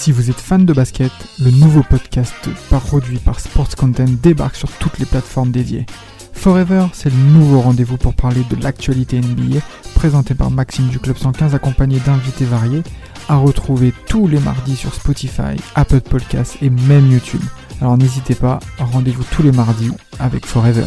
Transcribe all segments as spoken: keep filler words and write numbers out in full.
Si vous êtes fan de basket, le nouveau podcast produit par Sports Content débarque sur toutes les plateformes dédiées. Forever, c'est le nouveau rendez-vous pour parler de l'actualité N B A, présenté par Maxime du Club cent quinze accompagné d'invités variés, à retrouver tous les mardis sur Spotify, Apple Podcasts et même YouTube. Alors n'hésitez pas, rendez-vous tous les mardis avec Forever.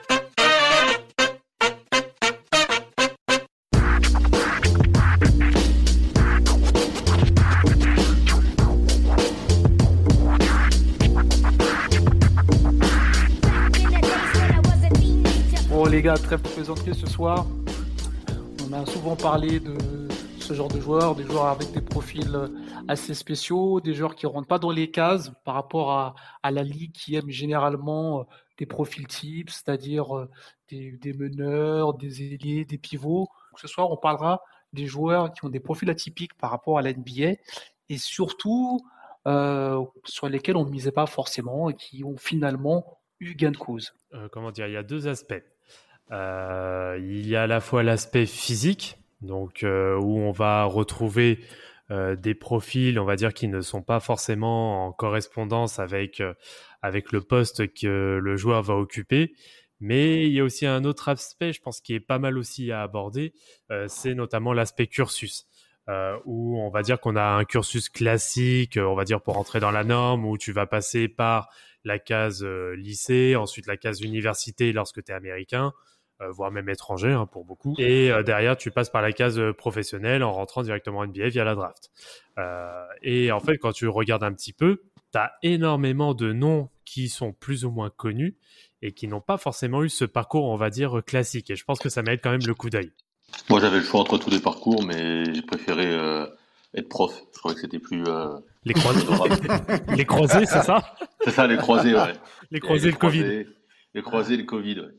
Bon les gars, très plaisanterie ce soir. On a souvent parlé de ce genre de joueurs, des joueurs avec des profils assez spéciaux, des joueurs qui ne rentrent pas dans les cases par rapport à, à la ligue qui aime généralement des profils types, c'est-à-dire des, des meneurs, des ailiers, des pivots. Ce soir, on parlera des joueurs qui ont des profils atypiques par rapport à la N B A et surtout euh, sur lesquels on ne misait pas forcément et qui ont finalement eu gain de cause. Euh, comment dire, il y a deux aspects. Euh, il y a à la fois l'aspect physique, donc euh, où on va retrouver euh, des profils, on va dire, qui ne sont pas forcément en correspondance avec euh, avec le poste que le joueur va occuper. Mais il y a aussi un autre aspect, je pense, qui est pas mal aussi à aborder, euh, c'est notamment l'aspect cursus, euh, où on va dire qu'on a un cursus classique, on va dire pour entrer dans la norme, où tu vas passer par la case euh, lycée, ensuite la case université lorsque tu es américain, euh, voire même étranger hein, pour beaucoup. Et euh, derrière, tu passes par la case euh, professionnelle en rentrant directement en N B A via la draft. Euh, et en fait, quand tu regardes un petit peu, tu as énormément de noms qui sont plus ou moins connus et qui n'ont pas forcément eu ce parcours, on va dire, classique. Et je pense que ça mérite quand même le coup d'œil. Moi, j'avais le choix entre tous les parcours, mais j'ai préféré euh, être prof. Je trouvais que c'était plus... Euh, les croisés, les croisés, c'est ça? C'est ça, les croisés, ouais. Les croisés, le croisés, Covid. Les croisés, le Covid, ouais.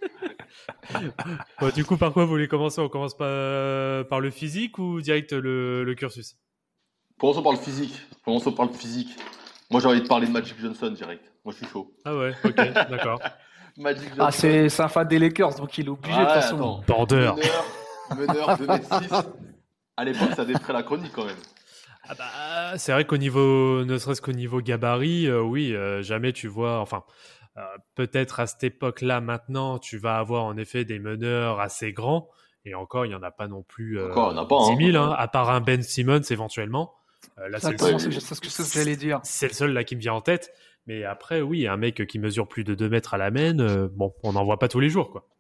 Bon, du coup, par quoi vous voulez commencer? On commence par, par le physique ou direct le, le cursus? Commençons par le physique. Commençons par le physique. Moi, j'ai envie de parler de Magic Johnson direct. Moi, je suis chaud. Ah ouais, ok, d'accord. Magic Johnson. Ah, c'est, c'est un fan des Lakers, donc il est obligé ah, de toute façon. Border. Meneur, meneur deux mètres six. À l'époque, ça défrait la chronique quand même. Ah bah, c'est vrai qu'au niveau, ne serait-ce qu'au niveau gabarit, euh, oui, euh, jamais tu vois, enfin, euh, peut-être à cette époque-là, maintenant, tu vas avoir en effet des meneurs assez grands, et encore, il n'y en a pas non plus euh, encore, il y en a pas, dix mille, hein. hein, à part un Ben Simmons éventuellement. Euh, là, c'est, c'est, le seul, c'est ce que j'allais dire. C'est le seul là qui me vient en tête, mais après, oui, un mec qui mesure plus de deux mètres à la main, euh, bon, on n'en voit pas tous les jours, quoi.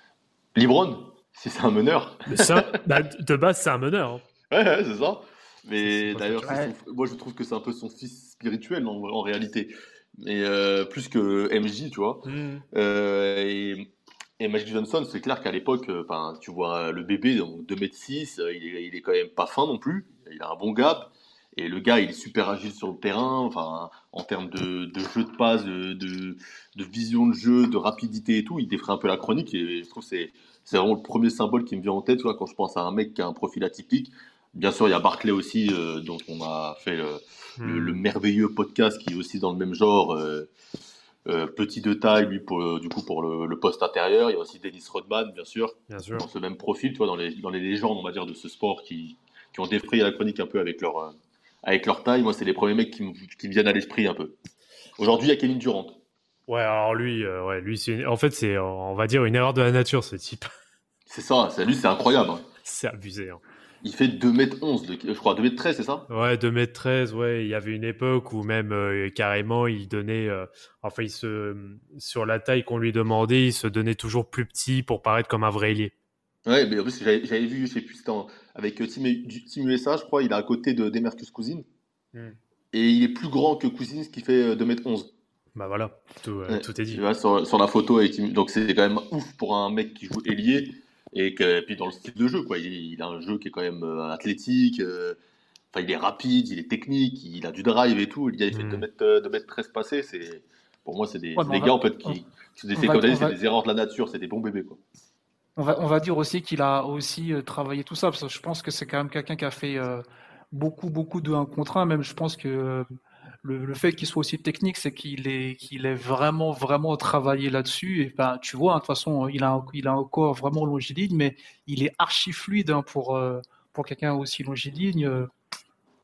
LeBron, si c'est un meneur. Ça, bah, de base, c'est un meneur. Hein. Ouais, ouais, c'est ça. Mais c'est d'ailleurs, c'est son... moi je trouve que c'est un peu son fils spirituel en, en réalité. Mais euh, plus que M J, tu vois. Mm. Euh, et, et Magic Johnson, c'est clair qu'à l'époque, euh, tu vois le bébé, donc deux mètres six, euh, il, est, il est quand même pas fin non plus. Il a un bon gap. Et le gars, il est super agile sur le terrain, enfin, en termes de, de jeu de passe, de, de, de vision de jeu, de rapidité et tout. Il défrait un peu la chronique et je trouve que c'est, c'est vraiment le premier symbole qui me vient en tête, tu vois, quand je pense à un mec qui a un profil atypique. Bien sûr, il y a Barclay aussi, euh, dont on a fait le, mmh. le, le merveilleux podcast qui est aussi dans le même genre, euh, euh, petit de taille, lui, pour, du coup, pour le, le poste intérieur. Il y a aussi Dennis Rodman, bien sûr, bien sûr, dans ce même profil, tu vois, dans les, dans les légendes, on va dire, de ce sport qui, qui ont défrayé la chronique un peu avec leur, euh, avec leur taille. Moi, c'est les premiers mecs qui me, qui me viennent à l'esprit un peu. Aujourd'hui, il y a Kevin Durant. Ouais, alors lui, euh, ouais, lui c'est une... en fait, c'est, on va dire, une erreur de la nature, ce type. C'est ça, c'est, lui, c'est incroyable. Hein. C'est abusé. Hein. Il fait deux mètres onze, je crois, deux mètres treize, c'est ça? Ouais, deux mètres treize, ouais. Il y avait une époque où même, euh, carrément, il donnait... Euh, enfin, il se, sur la taille qu'on lui demandait, il se donnait toujours plus petit pour paraître comme un vrai ailier. Ouais, mais en plus, j'avais, j'avais vu, je sais plus, c'était en, avec Team, Team U S A, je crois, il est à côté de Demarcus Cousins. Hmm. Et il est plus grand que Cousins, qui fait deux mètres onze. Bah voilà, tout, euh, ouais. tout est dit. Tu vois, sur, sur la photo, avec Team... donc c'est quand même ouf pour un mec qui joue ailier. Et, que, et puis dans le style de jeu, quoi. Il, il a un jeu qui est quand même euh, athlétique, euh, enfin, il est rapide, il est technique, il a du drive et tout. Il a fait mmh. deux mètres treize passés. C'est, pour moi, c'est des, ouais, c'est des va, gars en fait, qui, qui c'est, comme va, c'est va... des erreurs de la nature, c'est des bons bébés. Quoi. On, va, on va dire aussi qu'il a aussi euh, travaillé tout ça, parce que je pense que c'est quand même quelqu'un qui a fait euh, beaucoup, beaucoup de un contre un. Même je pense que euh, le, le fait qu'il soit aussi technique, c'est qu'il est, qu'il est vraiment, vraiment travaillé là-dessus. Et ben, tu vois, de hein, toute façon, il a, un, il a un corps vraiment longiligne, mais il est archi fluide hein, pour, euh, pour quelqu'un aussi longiligne. Euh,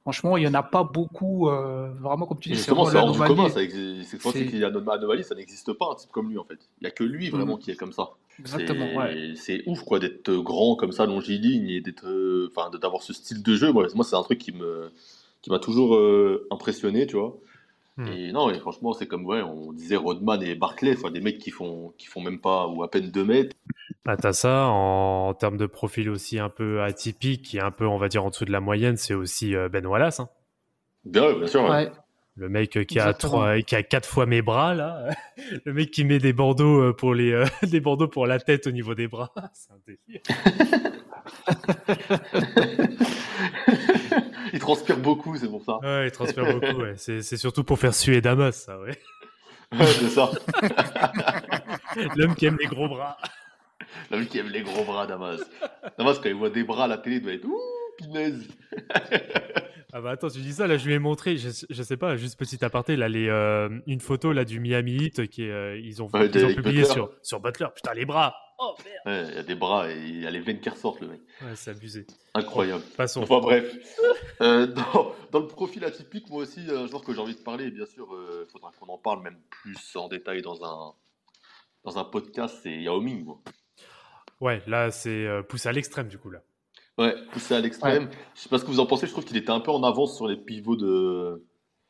Franchement, il n'y en a pas beaucoup, euh, vraiment, comme tu dis, c'est Justement, vraiment c'est hors du commun. l'anomalie. Ça existe, c'est pour ça C'est qu'il y a une anomalie, ça n'existe pas un type comme lui en fait. Il n'y a que lui vraiment Mhm. qui est comme ça. Exactement, ouais. C'est, c'est ouf quoi d'être grand comme ça, longiligne et d'être, euh, enfin, de- d'avoir ce style de jeu. Moi, moi, c'est un truc qui me, qui m'a toujours euh, impressionné, tu vois. Hmm. Et non, et franchement, c'est comme ouais, on disait Rodman et Barclay, enfin, des mecs qui font, qui font même pas ou à peine deux mètres. Ah, t'as ça en, en termes de profil aussi un peu atypique, qui est un peu, on va dire, en dessous de la moyenne, c'est aussi euh, Ben Wallace. Hein. Bien, bien sûr. Ouais. Ouais, Le mec euh, qui a exactement. trois, qui a quatre fois mes bras là, le mec qui met des bandeaux euh, pour les, euh, des bandeaux pour la tête au niveau des bras, c'est un délire. Il transpire beaucoup, c'est pour ça. Ouais, il transpire beaucoup. Ouais. C'est, c'est surtout pour faire suer Damas, ça, ouais. Ouais, c'est ça. L'homme qui aime les gros bras. L'homme qui aime les gros bras, Damas. Damas, quand il voit des bras à la télé, il doit être ouh, pinaise. Ah bah attends, tu dis ça, là je lui ai montré, je, je sais pas, juste petit aparté, là les, euh, une photo là du Miami Heat qui est, euh, ils ont, Ouais, ils ont avec publié Butler. sur, sur Butler. Putain, les bras. Oh merde. Ouais, il y a des bras et il y a les veines qui ressortent, le mec. Ouais, c'est abusé. Incroyable. Bon, passons. Enfin bref. Euh, dans, dans le profil atypique, moi aussi, un joueur que j'ai envie de parler, et bien sûr, il euh, faudra qu'on en parle même plus en détail dans un, dans un podcast, c'est Yao Ming. Moi. Ouais, là c'est euh, poussé à l'extrême du coup là. Ouais, poussé à l'extrême. Ouais. Je sais pas ce que vous en pensez, je trouve qu'il était un peu en avance sur les pivots de,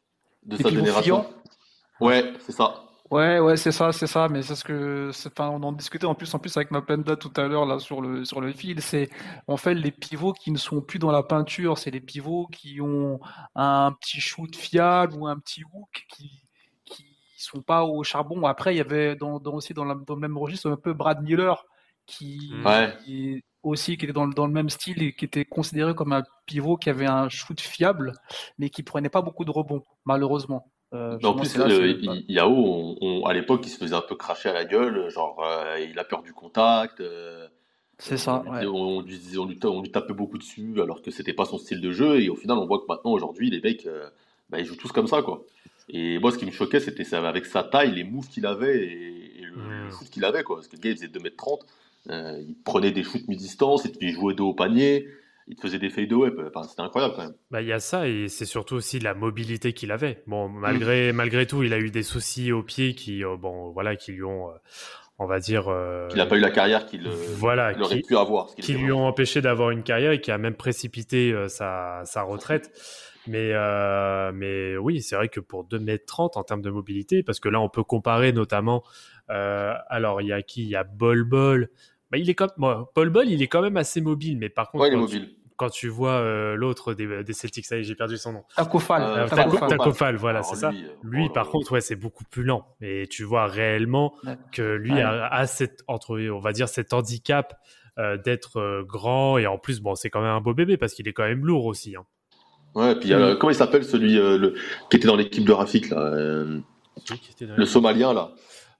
de Les sa pivots génération. fuyants. Ouais, c'est ça. Ouais, ouais, c'est ça, c'est ça, mais c'est ce que, c'est- enfin, on en discutait en plus, en plus avec ma Mapenda tout à l'heure là sur le sur le fil. C'est en fait les pivots qui ne sont plus dans la peinture, c'est les pivots qui ont un petit shoot fiable ou un petit hook qui qui sont pas au charbon. Après, il y avait dans, dans aussi dans, la- dans le même registre un peu Brad Miller qui Ouais. aussi qui était dans, le- dans le même style et qui était considéré comme un pivot qui avait un shoot fiable, mais qui prenait pas beaucoup de rebonds, malheureusement. Euh, Mais en justement, plus, c'est là, euh, c'est I- Yao, on- on- à l'époque, il se faisait un peu cracher à la gueule, genre euh, il a peur du contact, euh, c'est euh, on, ça, lui, ouais. on, lui disait- on lui ta- on lui tapait beaucoup dessus alors que c'était pas son style de jeu, et au final, on voit que maintenant, aujourd'hui, les mecs, euh, bah, ils jouent tous comme ça, quoi. Et moi, ce qui me choquait, c'était ça, avec sa taille, les moves qu'il avait et, et le, Mm. le shoot qu'il avait, quoi. Parce que le gars, il faisait deux mètres trente, euh, il prenait des shoots mi-distance, il il jouait dos au panier, il te faisait des fade-away, enfin, c'était incroyable quand même. Bah il y a ça et c'est surtout aussi la mobilité qu'il avait. Bon, malgré malgré tout, il a eu des soucis au pied qui, euh, bon, voilà, qui lui ont, euh, on va dire, euh, Qu'il n'a pas eu la carrière qu'il euh, voilà, qu'il aurait qui, pu avoir. Parce qu'il qui était lui vraiment ont fort. empêché d'avoir une carrière et qui a même précipité euh, sa, sa retraite. Mais, euh, mais oui, c'est vrai que pour deux mètres trente en termes de mobilité, parce que là, on peut comparer notamment, euh, alors il y a qui? Il y a Bol Bol. Bah, il est comme, bon, Bol Bol, il est quand même assez mobile, mais par contre, Ouais, il est quand, mobile. tu, quand tu vois euh, l'autre des, des Celtics, ça y est, j'ai perdu son nom. Taco Fall, Euh, Euh, Taco Taco, Fall. Taco Fall, voilà, Alors c'est ça. lui, euh, Lui, oh là par là. contre, ouais, c'est beaucoup plus lent. Et tu vois réellement Ouais. que lui Ouais. a, a cette, entre, on va dire, cet handicap euh, d'être euh, grand et en plus, bon, c'est quand même un beau bébé parce qu'il est quand même lourd aussi. Hein. Ouais, puis euh, comment il s'appelle celui euh, le, qui était dans l'équipe de Rafik là, euh, Celui qui était dans le la- Somalien là.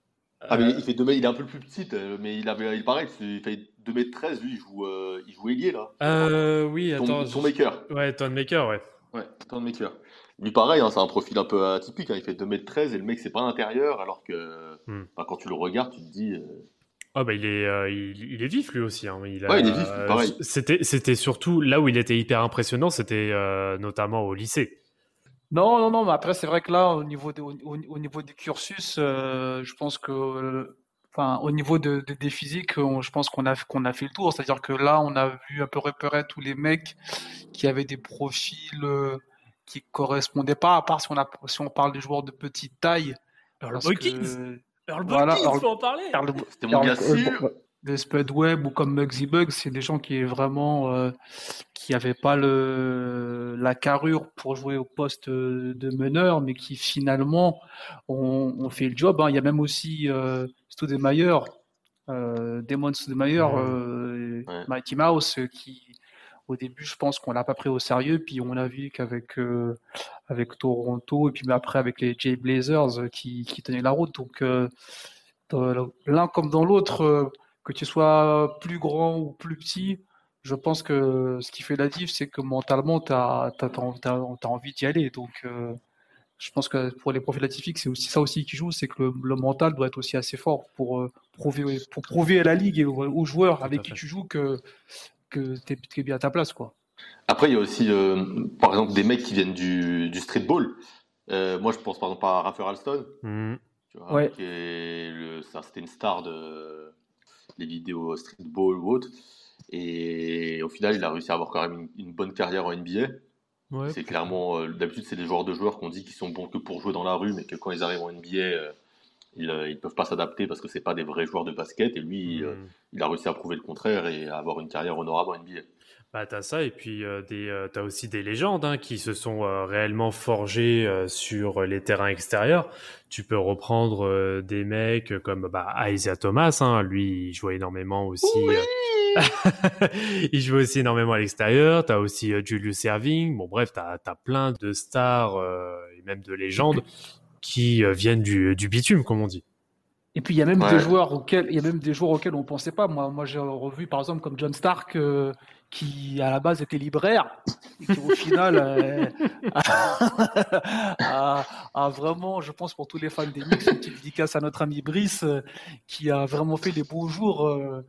Ah mais Euh, il fait deux mètres, il est un peu plus petit, euh, mais il avait, il paraît, il fait deux mètres treize, lui il joue, euh, il joue ailier là. euh, oui, Ton, attends. ton je- maker. Ouais, Ton Maker, ouais. Ouais, ton maker. Lui pareil, hein, c'est un profil un peu atypique, hein, il fait deux mètres treize et le mec c'est pas intérieur, alors que Hmm. enfin, quand tu le regardes, tu te dis. euh, Ah bah il est, euh, il, il est vif lui aussi. Hein. Il a, Ouais, il est vif, pareil. C'était, c'était surtout là où il était hyper impressionnant, c'était euh, notamment au lycée. Non, non, non, mais après, c'est vrai que là, au niveau, de- au, au- au niveau du cursus, euh, je pense que, euh, enfin, au niveau de, de- des physiques, on- je pense qu'on a, qu'on a fait le tour. C'est-à-dire que là, on a vu à peu près tous les mecs qui avaient des profils euh, qui correspondaient pas, à part si on a, si on parle des joueurs de petite taille. Earl Parce Boykins, que, Earl voilà, Boykins, Earl- faut en parler. Earl- C'était mon Earl- gars Earl- sûr. de Spud Webb ou comme Muggsy Bugs, c'est des gens qui est vraiment euh, qui n'avaient pas le la carrure pour jouer au poste euh, de meneur, mais qui finalement ont, ont fait le job. Hein. Il y a même aussi euh, Stoudemire, euh, Damon Stoudemire, Mhm. euh, Ouais. Mighty Mouse, euh, qui au début, je pense qu'on l'a pas pris au sérieux, puis on a vu qu'avec euh, avec Toronto et puis mais après avec les Jay Blazers euh, qui, qui tenaient la route. Donc euh, dans l'un comme dans l'autre, euh, que tu sois plus grand ou plus petit, je pense que ce qui fait la diff, c'est que mentalement, tu as, envie d'y aller. Donc, euh, je pense que pour les profils atypiques, c'est aussi ça aussi qui joue, c'est que le, le mental doit être aussi assez fort pour, euh, prouver, pour prouver à la ligue et aux, aux joueurs Tout avec à qui fait. tu joues que, que tu es bien à ta place, quoi. Après, il y a aussi, euh, par exemple, des mecs qui viennent du, du streetball. Euh, moi, je pense par exemple à Rafer Alston, Mmh. tu vois, Ouais. qui est le, ça, c'était une star de des vidéos streetball ou autre. Et au final, il a réussi à avoir quand même une, une bonne carrière en N B A. Ouais. C'est clairement, euh, d'habitude, c'est des joueurs de joueurs qu'on dit qu'ils sont bons que pour jouer dans la rue, mais que quand ils arrivent en N B A, euh, ils ne peuvent pas s'adapter parce que c'est pas des vrais joueurs de basket. Et lui, euh, Mmh. il a réussi à prouver le contraire et à avoir une carrière honorable en N B A. Bah, t'as ça, et puis euh, des, euh, t'as aussi des légendes hein, qui se sont euh, réellement forgées euh, sur les terrains extérieurs. Tu peux reprendre euh, des mecs comme bah, Isaiah Thomas, hein, lui il jouait énormément aussi. Oui euh, il jouait aussi énormément à l'extérieur. T'as aussi euh, Julius Erving. Bon bref, t'as, t'as plein de stars euh, et même de légendes qui euh, viennent du, du bitume, comme on dit. Et puis il y a même Ouais. des joueurs auxquels il y a même des joueurs auxquels on pensait pas. Moi, moi j'ai revu par exemple comme John Stark euh, qui à la base était libraire et qui au final euh, a, a vraiment, je pense pour tous les fans des Knicks, une petite dédicace à notre ami Brice euh, qui a vraiment fait des beaux jours euh,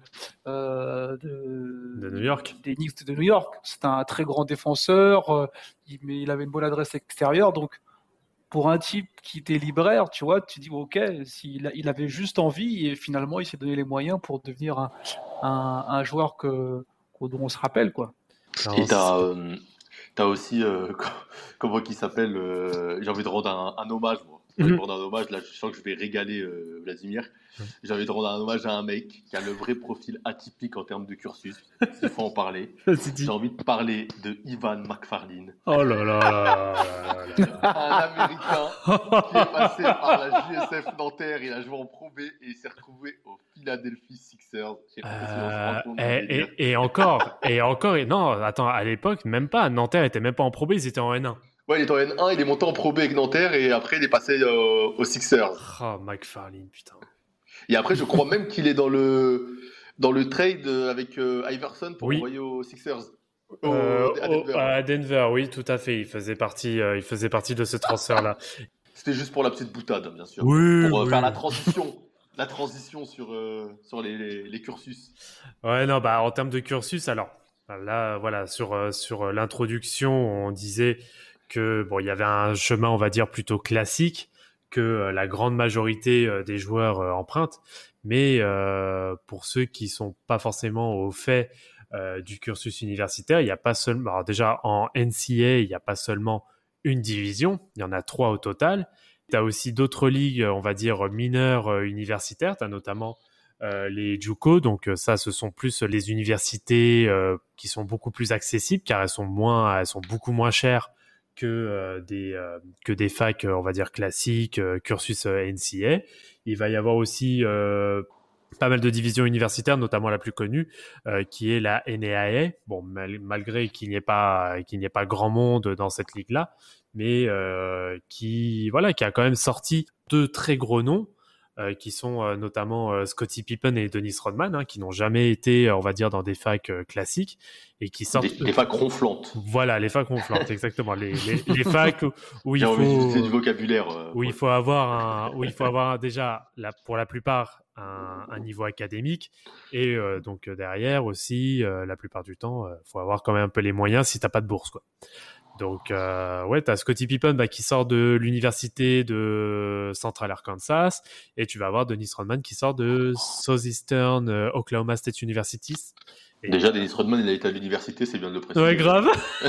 euh, de, De New York. des Knicks de New York. C'est un très grand défenseur, euh, il, mais il avait une bonne adresse extérieure donc. Pour un type qui était libraire, tu vois, tu dis ok, s'il a, il avait juste envie et finalement il s'est donné les moyens pour devenir un, un, un joueur que, que- dont on se rappelle quoi. Non, Et t'as, c'est- euh, t'as aussi, euh, comment il s'appelle, euh, j'ai envie de rendre un, un hommage, moi. J'ai envie de Mhm. rendre un hommage, là je sens que je vais régaler euh, Vladimir. Mhm. J'ai envie de rendre un hommage à un mec qui a le vrai profil atypique en termes de cursus. Il faut en parler. Vas-y, dis. J'ai envie de parler de Ivan McFarlane, Oh là là là là là là. un Américain qui est passé par la J S F Nanterre, il a joué en Pro B et il s'est retrouvé au Philadelphia Sixers. Je sais pas si on se rend Euh, compte du et, délire. et, et encore, et encore, et non, attends, à l'époque, même pas, Nanterre était même pas en Pro B, ils étaient en N un. Ouais, il est en N un, il est monté en Pro B avec Nanterre et après il est passé euh, aux Sixers. Oh, McFarlane, putain. Et après, je crois même qu'il est dans le, dans le trade avec euh, Iverson pour Oui. envoyer aux Sixers. Au- Euh, à au- Denver. à Denver, oui, tout à fait. Il faisait partie, euh, il faisait partie de ce transfert-là. C'était juste pour la petite boutade, bien sûr. Oui, Pour euh, oui. faire la transition. La transition sur, euh, sur les, les, les cursus. Ouais, non, bah, en termes de cursus, alors, là, voilà, sur, euh, sur l'introduction, on disait que, bon, il y avait un chemin, on va dire, plutôt classique que euh, la grande majorité euh, des joueurs euh, empruntent. Mais euh, pour ceux qui sont pas forcément au fait euh, du cursus universitaire, il n'y a pas seulement, alors déjà, en N C A A, il n'y a pas seulement une division, il y en a trois au total. Tu as aussi d'autres ligues, on va dire, mineures euh, universitaires. Tu as notamment euh, les JUCO, donc euh, ça, ce sont plus les universités euh, qui sont beaucoup plus accessibles car elles sont moins, elles sont beaucoup moins chères que euh, des euh, que des facs, euh, on va dire classiques, euh, cursus euh, N C A A. Il va y avoir aussi euh, pas mal de divisions universitaires, notamment la plus connue, euh, qui est la N A I A. Bon, mal, malgré qu'il n'y ait pas qu'il n'y ait pas grand monde dans cette ligue-là, mais euh, qui voilà, qui a quand même sorti deux très gros noms. Euh, qui sont euh, notamment euh, Scottie Pippen et Dennis Rodman, hein, qui n'ont jamais été, on va dire, dans des facs euh, classiques et qui sortent. Des, des facs ronflantes. Voilà, les facs ronflantes, exactement. Les, les, les facs où, où il J'ai envie faut, d'utiliser du vocabulaire. euh, où il ouais. faut avoir un, où il faut avoir déjà, la, pour la plupart, un, un niveau académique et euh, donc euh, derrière aussi, euh, la plupart du temps, il euh, faut avoir quand même un peu les moyens si t'as pas de bourse, quoi. Donc, euh, ouais, tu as Scottie Pippen bah, qui sort de l'université de Central Arkansas et tu vas avoir Dennis Rodman qui sort de Southeastern euh, Oklahoma State University. Et... Déjà, Dennis Rodman, il a été à l'université, c'est bien de le préciser. Ouais, grave.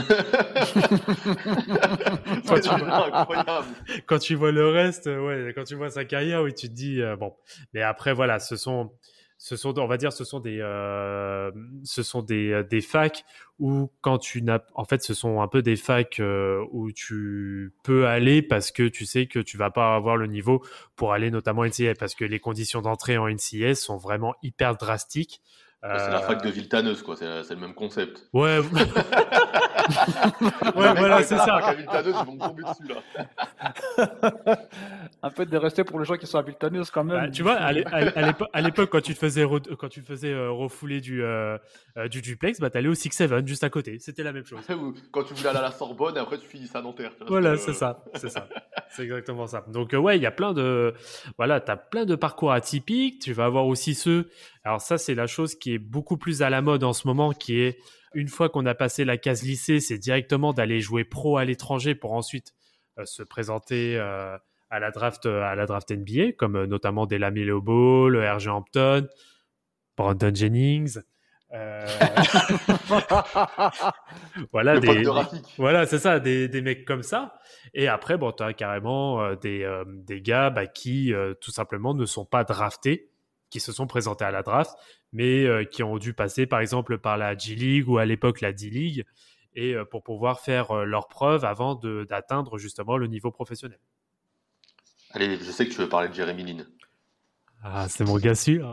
quand, tu vois, incroyable. Quand tu vois le reste, ouais, quand tu vois sa carrière, oui, tu te dis, euh, bon. Mais après, voilà, ce sont... Ce sont, on va dire, ce sont des, euh, ce sont des, des facs où quand tu n'as, en fait, ce sont un peu des facs euh, où tu peux aller parce que tu sais que tu vas pas avoir le niveau pour aller notamment en N C A A parce que les conditions d'entrée en N C A A sont vraiment hyper drastiques. Euh... C'est la fac de Villetaneuse, quoi. C'est, c'est le même concept. Ouais. ouais, voilà, c'est ça. La fac à Villetaneuse, ils vont me tomber dessus, là. Un peu de respect pour les gens qui sont à Villetaneuse, quand même. Bah, tu vois, à l'époque, à l'époque, quand tu te faisais, re, quand tu te faisais euh, refouler du, euh, euh, du duplex, bah, t'allais au six sept juste à côté. C'était la même chose. Quand tu voulais aller à la Sorbonne, et après tu finis à Nanterre. Voilà, c'est euh... ça, c'est ça. C'est exactement ça. Donc, euh, ouais, il y a plein de, voilà, t'as plein de parcours atypiques. Tu vas avoir aussi ceux, alors ça, c'est la chose qui est beaucoup plus à la mode en ce moment, qui est, une fois qu'on a passé la case lycée, c'est directement d'aller jouer pro à l'étranger pour ensuite euh, se présenter euh, à la draft, euh, à la draft N B A, comme euh, notamment des LaMelo Ball, R J Hampton, Brandon Jennings. Euh... voilà, le des, pote de des- Rafik. voilà, c'est ça, des, des mecs comme ça. Et après, bon, tu as carrément euh, des, euh, des gars bah, qui, euh, tout simplement, ne sont pas draftés, qui se sont présentés à la draft, mais euh, qui ont dû passer, par exemple, par la G-League ou à l'époque la D-League, et euh, pour pouvoir faire euh, leurs preuves avant de, d'atteindre justement le niveau professionnel. Allez, je sais que tu veux parler de Jeremy Lin. Ah, c'est mon gars sûr.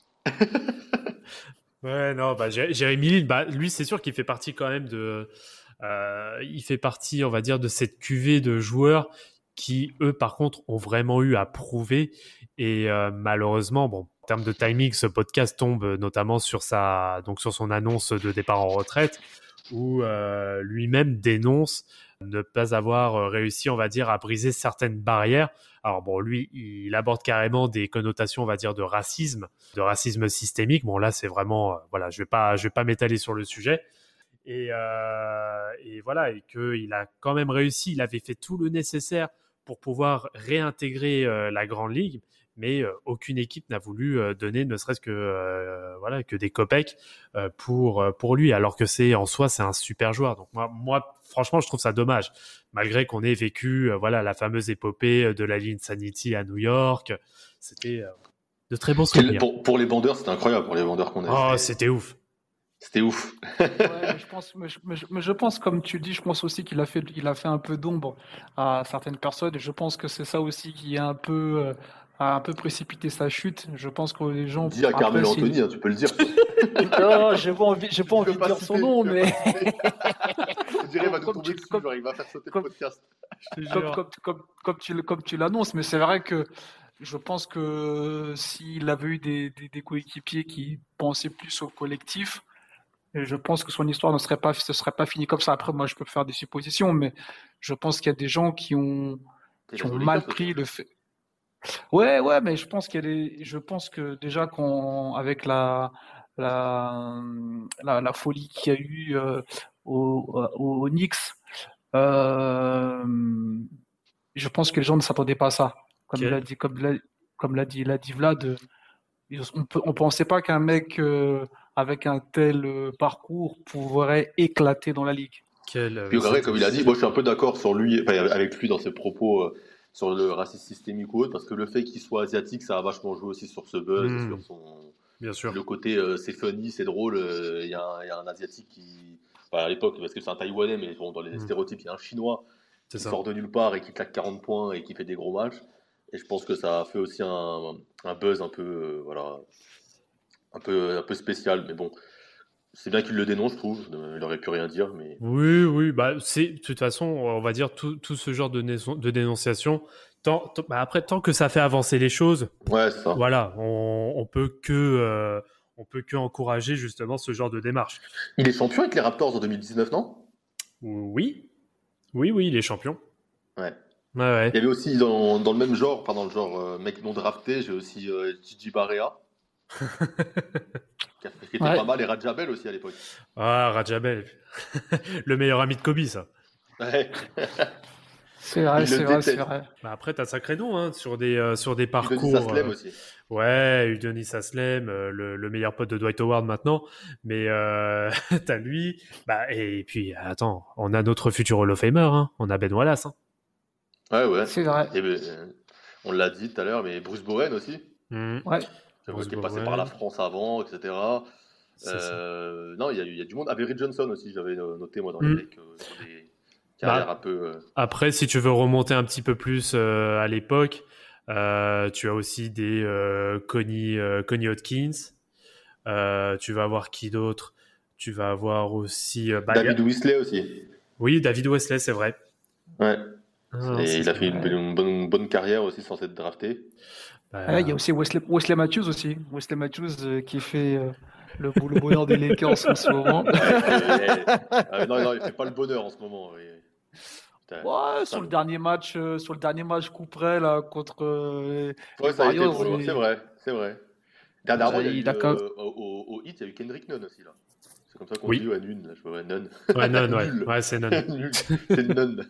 Ouais, non, bah, Jé- Jérémy Lin, bah, lui, c'est sûr qu'il fait partie quand même de. Euh, il fait partie, on va dire, de cette cuvée de joueurs qui, eux, par contre, ont vraiment eu à prouver. Et euh, malheureusement, bon, en termes de timing, ce podcast tombe notamment sur sa, donc sur son annonce de départ en retraite, où euh, lui-même dénonce ne pas avoir réussi, on va dire, à briser certaines barrières. Alors bon, lui, il aborde carrément des connotations, on va dire, de racisme, de racisme systémique. Bon, là, c'est vraiment, euh, voilà, je vais pas, je vais pas m'étaler sur le sujet. Et, euh, et voilà, et qu'il a quand même réussi. Il avait fait tout le nécessaire pour pouvoir réintégrer euh, la Grande Ligue, mais euh, aucune équipe n'a voulu euh, donner, ne serait-ce que euh, voilà, que des copecs euh, pour euh, pour lui, alors que c'est en soi, c'est un super joueur. Donc moi, moi, franchement, je trouve ça dommage, malgré qu'on ait vécu euh, voilà la fameuse épopée de la ligne Insanity à New York. C'était euh, de très bons souvenirs. Pour, pour les bandeurs, c'était incroyable pour les bandeurs qu'on a. Oh, c'était ouf. C'était ouf. Ouais, mais je pense, mais je, mais je- mais je pense, comme tu dis, je pense aussi qu'il a fait, il a fait un peu d'ombre à certaines personnes. Et je pense que c'est ça aussi qui a un peu, euh, a un peu précipité sa chute. Je pense que les gens. Dis à après, Carmelo c'est- Anthony, hein, tu peux le dire. Non, j'ai pas envie, j'ai pas Tu envie peux de pas dire citer, son nom, tu peux mais pas citer. Je dirais, il va nous Comme tomber tu- dessus, comme- genre, il va faire sauter comme- le podcast. Je te comme, jure. comme, comme, comme tu, le- comme tu l'annonces, mais c'est vrai que je pense que s'il avait eu des, des, des coéquipiers qui pensaient plus au collectif, et je pense que son histoire ne serait pas, ce serait pas fini comme ça. Après, moi, je peux faire des suppositions, mais je pense qu'il y a des gens qui ont, Il qui a ont joué les mal Lakers pris aussi. le fait. Ouais, ouais, mais je pense qu'il y a des, je pense que déjà qu'on, avec la, la, la, la folie qu'il y a eu euh, au, au, au Knicks, euh, je pense que les gens ne s'attendaient pas à ça. Comme Ok. l'a dit, comme l'a, comme l'a dit, l'a dit Vlad, euh, ils- on peut, on pensait pas qu'un mec euh, avec un tel euh, parcours pourrait éclater dans la ligue. Quel, euh, Puis, c'était- comme il a dit, moi je suis un peu d'accord sur lui, enfin, avec lui dans ses propos euh, sur le racisme systémique ou autre, parce que le fait qu'il soit asiatique, ça a vachement joué aussi sur ce buzz, Mm. sur son, Bien sûr. le côté euh, c'est funny, c'est drôle. euh, Il y, a un- il y a un asiatique qui, enfin, à l'époque, parce que c'est un Taïwanais, mais bon, dans les Mm. stéréotypes, il y a un Chinois C'est qui ça. sort de nulle part et qui claque quarante points et qui fait des gros matchs. Et je pense que ça a fait aussi un, un buzz un peu, euh, voilà, un peu, un peu spécial. Mais bon, c'est bien qu'il le dénonce, je trouve. Euh, Il aurait pu rien dire, mais Oui, oui, bah c'est de toute façon, on va dire tout, tout ce genre de, naison- de dénonciation. Tant, tant- bah après, tant que ça fait avancer les choses, ouais, c'est ça. voilà, on, on peut que, euh, on peut que encourager justement ce genre de démarche. Il est champion avec les Raptors en deux mille dix-neuf, non? Oui, oui, oui, il est champion. Ouais. Ouais, ouais. Il y avait aussi dans, dans le même genre, enfin dans le genre euh, mec non drafté, j'ai aussi euh, Gigi Barea, qui, a fait- qui était Ouais. pas mal, et Rajabel aussi à l'époque. Ah, Rajabel, le meilleur ami de Kobe, ça. Ouais. C'est vrai, Il c'est le vrai, c'est déteste. vrai. Bah après, t'as sacré nom hein, sur des euh, sur des Udonis parcours. Haslem euh, aussi. Ouais, Udonis Haslem, euh, le, le meilleur pote de Dwight Howard maintenant. Mais euh, t'as lui. Bah, et puis, attends, on a notre futur Hall of Famer. Hein. On a Ben Wallace. Hein. Ouais, ouais. C'est vrai. Et, ben, euh, on l'a dit tout à l'heure, mais Bruce Bowen aussi, Mm. Ouais. Bruce qui est passé Bowen. par la France avant, et cetera. C'est ça. Euh, non, il y, a- il y a du monde. Avery Johnson aussi, j'avais euh, noté moi dans Mm. les mecs euh, sur des carrières Bah, un peu. euh, Après, si tu veux remonter un petit peu plus euh, à l'époque, euh, tu as aussi des euh, Connie, euh, Connie Hodkins. Euh, tu vas avoir qui d'autre? Tu vas avoir aussi. euh, bah, David y a- Weasley aussi. Oui, David Wesley, c'est vrai. Ouais. Ah, Et c'est- il a fait une, vrai. une bonne, une bonne carrière aussi sans être drafté. bah, Ah, il y a aussi Wesley, Wesley Matthews aussi. Wesley Matthews euh, qui fait euh, le boulot bonheur des Lakers en ce moment. Et- et- ah, non, non, il fait pas le bonheur en ce moment. Et- Ouais, sur le dernier match, euh, sur le dernier match coup près là contre euh, Ouais, les ça a été Warriors, trop long, c'est il, vrai, c'est vrai. Dernièrement, il y a euh, eu il a quand- euh, au, au, au hit, il y a eu Kendrick Nunn aussi là. C'est comme ça qu'on dit, Oui. ouais, Nunn, là, je vois, ouais, Nunn. Ouais, non, ouais. Nul. Ouais, c'est non. Nul. C'est Nunn.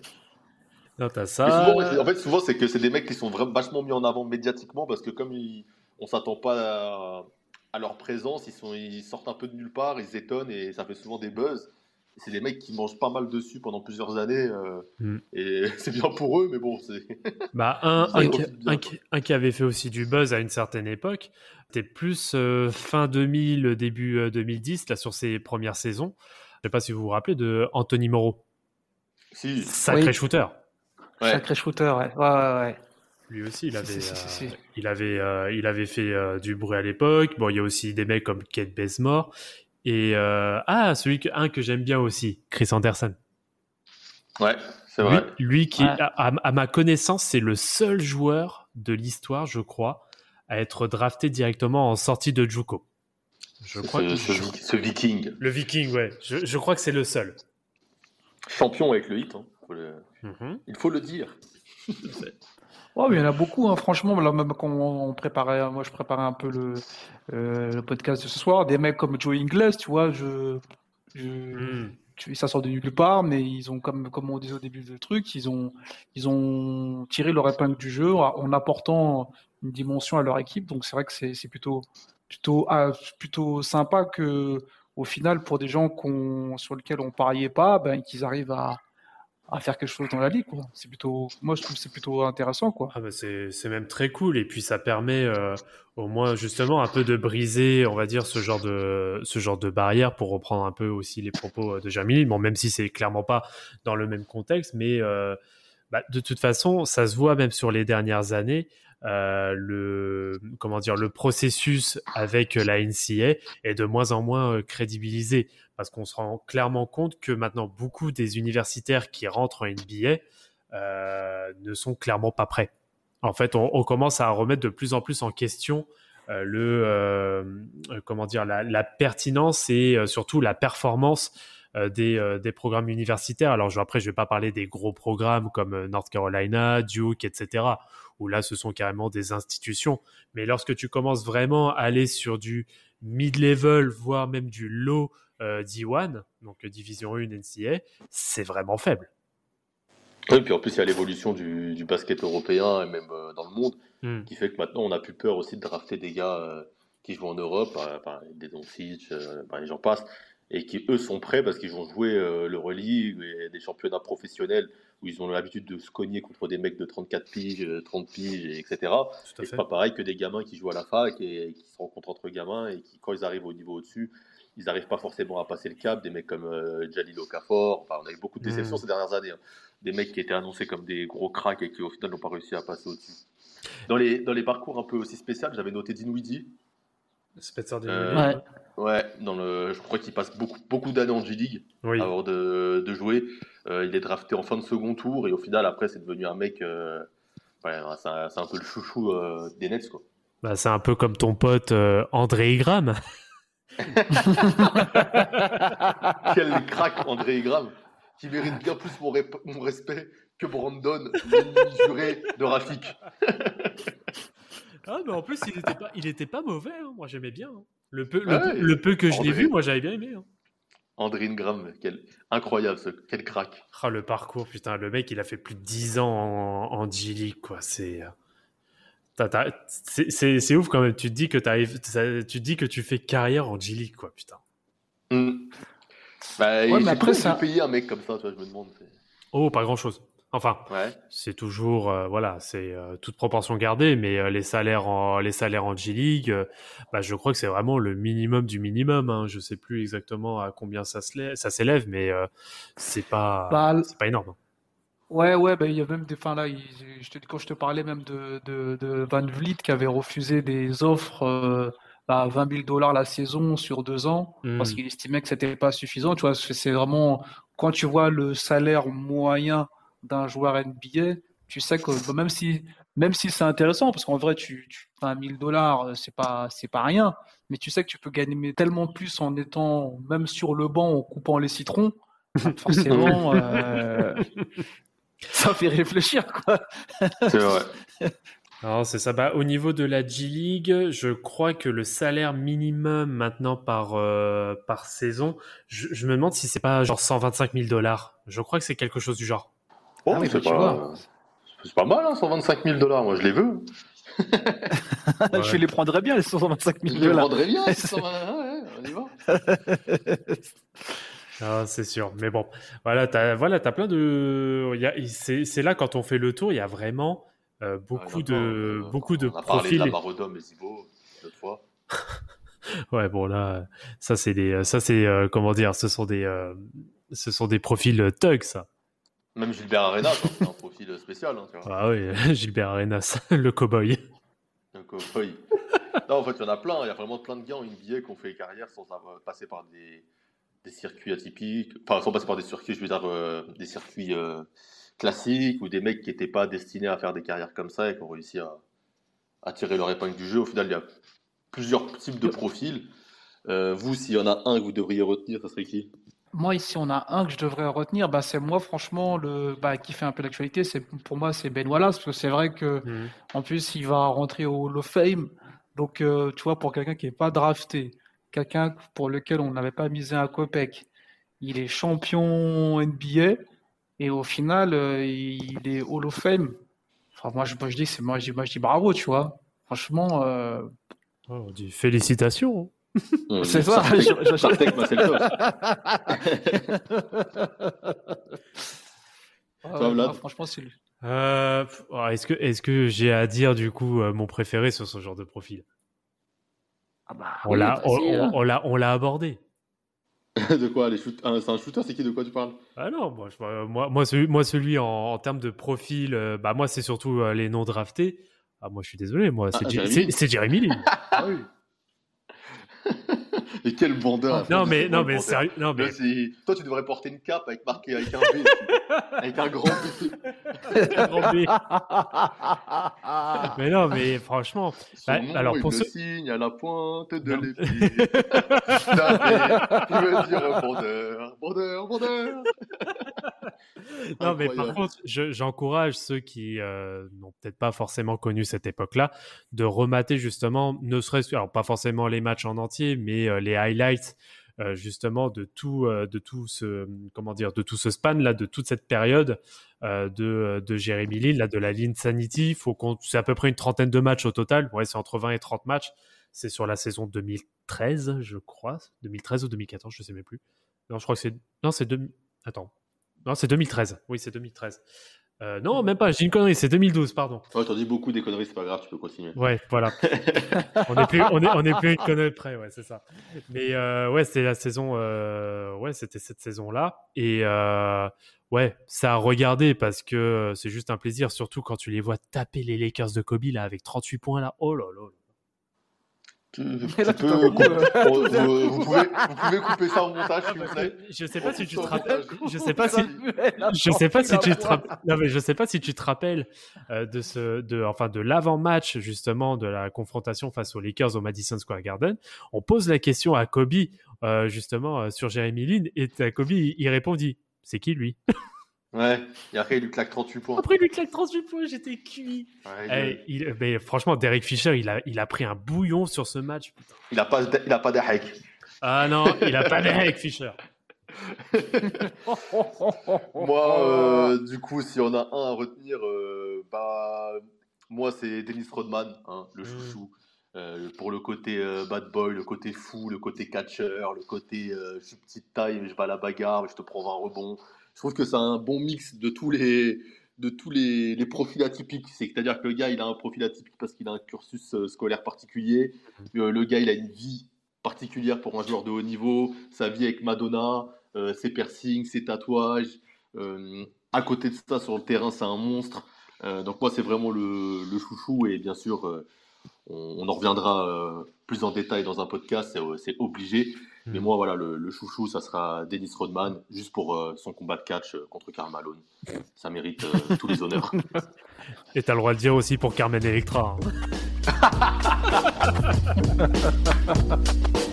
Non, t'as Mais ça. souvent, ouais, c'est- en fait, souvent, c'est que c'est des mecs qui sont vraiment vachement mis en avant médiatiquement parce que comme ils, on s'attend pas à, à leur présence, ils sont, ils sortent un peu de nulle part, ils s'étonnent et ça fait souvent des buzz. C'est des mecs qui mangent pas mal dessus pendant plusieurs années euh, Hmm. et c'est bien pour eux, mais bon, c'est Bah, un, ils en un, qui, profitent bien, un, quoi. qui, un qui avait fait aussi du buzz à une certaine époque, c'était plus euh, fin deux mille, début euh, deux mille dix, là, sur ses premières saisons. Je sais pas si vous vous rappelez de Anthony Moreau. Si, Sacré Oui. shooter. ouais. Sacré shooter, ouais. Ouais, ouais, ouais. Lui aussi, il avait, Si, si, si, si, euh, si. il avait, euh, il avait fait euh, du bruit à l'époque. Bon, il y a aussi des mecs comme Kate Bazemore. Et euh, ah, celui que, un que j'aime bien aussi, Chris Anderson. Ouais, c'est Lui, vrai. lui qui, Ouais. à, à- à ma connaissance, c'est le seul joueur de l'histoire, je crois, à être drafté directement en sortie de JUCO. Je C'est crois ce, que ce, je- vi- ce Viking. le Viking, ouais. Je, je crois que c'est le seul. Champion avec le hit, hein. Faut le- Mhm. il faut le dire. Ouais, mais il y en a beaucoup, hein. Franchement, là, même quand on préparait, moi je préparais un peu le, euh, le podcast de ce soir, des mecs comme Joe Ingles, tu vois, je, je, Mm. tu, ça sort de nulle part, mais ils ont, comme, comme on disait au début du truc, ils ont, ils ont tiré leur épingle du jeu en en apportant une dimension à leur équipe. Donc c'est vrai que c'est, c'est plutôt, plutôt, ah, plutôt sympa que, au final, pour des gens qu'on, sur lesquels on pariait pas, ben, qu'ils arrivent à, à faire quelque chose dans la ligue, quoi. C'est plutôt, moi je trouve que c'est plutôt intéressant, quoi. Ah bah c'est, c'est même très cool. Et puis ça permet euh, au moins justement un peu de briser, on va dire, ce genre de, ce genre de barrière pour reprendre un peu aussi les propos euh, de Jeremy. Bon, même si c'est clairement pas dans le même contexte, mais euh, bah, de toute façon, ça se voit même sur les dernières années. Euh, le comment dire le processus avec la N C A est de moins en moins euh, crédibilisé parce qu'on se rend clairement compte que maintenant beaucoup des universitaires qui rentrent en N B A euh, ne sont clairement pas prêts. En fait, on, on commence à remettre de plus en plus en question euh, le euh, euh, comment dire la, la pertinence et euh, surtout la performance euh, des, euh, des programmes universitaires. Alors je, après, je vais pas parler des gros programmes comme euh, North Carolina, Duke, et cetera, où là, ce sont carrément des institutions. Mais lorsque tu commences vraiment à aller sur du mid-level, voire même du low euh, D un, donc Division un N C A, c'est vraiment faible. Oui, puis en plus, il y a l'évolution du, du basket européen et même euh, dans le monde Mm. qui fait que maintenant, on n'a plus peur aussi de drafter des gars euh, qui jouent en Europe, euh, enfin, des Doncic, euh, enfin, les gens passent, et qui, eux, sont prêts parce qu'ils vont jouer euh, l'Euroleague et des championnats professionnels où ils ont l'habitude de se cogner contre des mecs de trente-quatre piges, euh, trente piges, et etc. Tout à Et c'est fait. pas pareil que des gamins qui jouent à la fac et, et qui se rencontrent entre gamins et qui, quand ils arrivent au niveau au-dessus, ils n'arrivent pas forcément à passer le cap. Des mecs comme euh, Jalil Okafor, enfin, on a eu beaucoup de déceptions Mm. ces dernières années, hein. Des mecs qui étaient annoncés comme des gros cracks et qui au final n'ont pas réussi à passer au-dessus. Dans les, dans les parcours un peu aussi spéciaux, j'avais noté Dinwiddie. Spencer Euh, Dinwiddie. Ouais. Ouais, dans le, je crois qu'il passe beaucoup, beaucoup d'années en G-League Oui. avant de, de jouer. Euh, il est drafté en fin de second tour et au final, après, c'est devenu un mec. Euh, ouais, c'est un, c'est un peu le chouchou euh, des Nets, quoi. Bah, c'est un peu comme ton pote euh, André Ingram. Quel crack, André Ingram, qui mérite bien plus mon, rep- mon respect que Brandon, l'ennemi juré de Rafik. Ah, mais en plus, il était pas, il était pas mauvais. Hein. Moi, j'aimais bien. Hein. Le, peu, le, Ouais, peu- le peu que je l'ai André. vu, moi, j'avais bien aimé. Hein. André Ingram, quel incroyable, ce, quel crack. Ah, le parcours, putain, le mec, il a fait plus de dix ans en, en G-League, quoi. C'est, t'as, t'as, c'est, c'est, c'est ouf quand même. Tu te dis que t'arrives, ça, tu te dis que tu fais carrière en G-League, quoi, putain. Mm. Bah, Ouais, mais j'ai après, après, ça- payer un mec comme ça, tu vois, je me demande. c'est- Oh, pas grand chose. Enfin, Ouais. c'est toujours, euh, voilà, c'est euh, toute proportion gardée, mais euh, les salaires en, les salaires en G-League, euh, bah, je crois que c'est vraiment le minimum du minimum. Hein. Je sais plus exactement à combien ça se lève, ça s'élève, mais euh, c'est pas, Bah, c'est pas énorme. Ouais, ouais, bah, il y a même des, enfin là, il- je te, quand je te parlais même de, de, de Van Vliet qui avait refusé des offres euh, à vingt mille dollars la saison sur deux ans parce Mm. qu'il estimait que c'était pas suffisant. Tu vois, c'est c'est vraiment quand tu vois le salaire moyen d'un joueur N B A, tu sais que bah, même si même si c'est intéressant parce qu'en vrai, tu, tu vingt mille dollars, euh, c'est pas c'est pas rien, mais tu sais que tu peux gagner mais tellement plus en étant même sur le banc en coupant les citrons. Donc, forcément, euh, ça fait réfléchir, quoi. C'est vrai. Non, c'est ça. Bah, au niveau de la G-League, je crois que le salaire minimum maintenant par, euh, par saison, je, je me demande si c'est pas genre cent vingt-cinq mille dollars. Je crois que c'est quelque chose du genre. Oh, Ah oui, c'est, bah, tu vois. pas... c'est pas mal, hein, cent vingt-cinq mille dollars. Moi, je les veux. Ouais. Je les prendrais bien, les cent vingt-cinq Je mille les dollars. prendrais bien. cent vingt... ouais, on y va. Ah, c'est sûr. Mais bon, voilà, t'as, voilà, t'as plein de. Il y a, c'est, c'est là quand on fait le tour, il y a vraiment euh, beaucoup Ah, de, euh, beaucoup de on a parlé de profils. la Marodome et Zibo l'autre fois. Ouais, bon là, ça c'est des, ça c'est euh, comment dire, ce sont des, euh, ce sont des profils thugs, ça. Même Gilbert Arenas, hein, c'est un profil spécial. Hein, tu vois. Ah oui, Gilbert Arenas, le cow-boy. Donc, euh, oui. Non, en fait, il y en a plein. Il y a vraiment plein de gars en N B A qui ont fait carrière sans avoir passé par des, des circuits atypiques. Enfin, sans passer par des circuits, je veux dire, euh, des circuits euh, classiques ou des mecs qui n'étaient pas destinés à faire des carrières comme ça et qui ont réussi à, à tirer leur épingle du jeu. Au final, il y a plusieurs types de profils. Euh, vous, s'il y en a un que vous devriez retenir, ça serait qui? Moi, ici, on a un que je devrais retenir. Bah, c'est moi, franchement, le, bah, qui fait un peu l'actualité. C'est, pour moi, c'est Ben Wallace. Parce que c'est vrai que, Mhm. en plus, il va rentrer au Hall of Fame. Donc, euh, tu vois, pour quelqu'un qui n'est pas drafté, quelqu'un pour lequel on n'avait pas misé un copec, il est champion N B A. Et au final, euh, il est Hall of Fame. Enfin, moi, je, moi, je dis, c'est, moi, je dis, moi, je dis bravo, tu vois. Franchement, euh, Oh, on dit félicitations. Hum, c'est ça. Sartek- Je- je- Sartek Maseltov. Ah Toi, ouais, Vlad moi, franchement, c'est lui. Euh, pff, oh, est-ce que, est-ce que j'ai à dire du coup euh, mon préféré sur ce genre de profil? Ah bah, On oui, l'a, on, vas-y, on- hein. on l'a, on l'a abordé. De quoi les shoot... ah, c'est un shooter, c'est qui? De quoi tu parles? Ah non, moi, je- euh, moi, moi, celui, moi, celui en, en termes de profil, euh, bah moi, c'est surtout euh, les non draftés. Ah, moi, je suis désolé, moi, c'est, Ah, J- Jeremy c'est, Lin. c'est Jeremy Lin. Ah oui. Et quel bandeur! Non, c'est mais, moi non, le mais bandeur. sérieux, non, mais, Là, c'est... Toi, tu devrais porter une cape avec marqué avec un B, avec un grand B. grand B. Mais non, mais franchement, Son bah, nom, alors il pour le ceux, signe à la pointe de Non. l'épée. Tapé, il veut dire bandeur, bandeur, bandeur. non, mais par Incroyable. contre, je- j'encourage ceux qui euh, n'ont peut-être pas forcément connu cette époque-là de remater justement, ne serait-ce que, alors pas forcément les matchs en entier, mais euh, les highlights euh, justement de tout, euh, de tout ce, comment dire, de tout ce span là, de toute cette période euh, de, de Jeremy Lin, là, de la Linsanity. Faut qu'on, c'est à peu près une trentaine de matchs au total. Ouais, c'est entre vingt et trente matchs. C'est sur la saison deux mille treize, je crois, deux mille treize ou deux mille quatorze, je sais même plus. Non, je crois que c'est, non, c'est deux... Attends. Non, c'est deux mille treize. Oui, c'est deux mille treize. Euh, non, même pas, j'ai une connerie, c'est deux mille douze, pardon. Ouais, t'en dis beaucoup des conneries, c'est pas grave, tu peux continuer. Ouais, voilà. on n'est plus, on est, on est plus une connerie près, ouais, c'est ça. Mais euh, ouais, c'était la saison, euh, ouais, c'était cette saison-là. Et euh, ouais, ça a regardé parce que c'est juste un plaisir, surtout quand tu les vois taper les Lakers de Kobe là avec trente-huit points là. Oh là là. Tu, Mais là, tu tout peux à coup, couper- euh, vous, vous- vous pouvez, vous pouvez couper ça au montage, s'il vous plaît. Je sais pas si tu te Au rappelles. montage. Je sais pas si. Samuel a Je sais pas sorti si la tu te pointe. rappelles. Non mais je sais pas si tu te rappelles euh, de ce, de, enfin de l'avant-match justement de la confrontation face aux Lakers au Madison Square Garden. On pose la question à Kobe euh, justement euh, sur Jeremy Lin et t'as Kobe il, il répondit c'est qui lui? Ouais, et après, il lui claque trente-huit points. Après il lui claque trente-huit points, j'étais cuit. Ouais, il, Eh, il, mais franchement Derek Fisher il a, il a pris un bouillon sur ce match. Putain. il a pas, il a pas d'hack. Ah non il a pas Derek Fisher. Moi, euh, du coup, si on a un à retenir, euh, bah, moi, c'est Dennis Rodman, hein, le Mm. chouchou. Euh, pour le côté euh, bad boy, le côté fou, le côté catcher, le côté euh, je suis petite taille, je vais à la bagarre, je te prends vingt rebonds. Je trouve que c'est un bon mix de tous les, de tous les, les profils atypiques. C'est-à-dire que le gars, il a un profil atypique parce qu'il a un cursus euh, scolaire particulier. Euh, le gars, il a une vie particulière pour un joueur de haut niveau. Sa vie avec Madonna, euh, ses piercings, ses tatouages. Euh, à côté de ça, sur le terrain, c'est un monstre. Euh, donc moi, c'est vraiment le, le chouchou. Et bien sûr, euh, on, on en reviendra euh, plus en détail dans un podcast, c'est, c'est obligé. Mais Mm. moi, voilà, le, le chouchou, ça sera Dennis Rodman, juste pour euh, son combat de catch euh, contre Karl Malone. Ça mérite euh, tous les honneurs. Et t'as le droit de dire aussi pour Carmen Electra. Hein.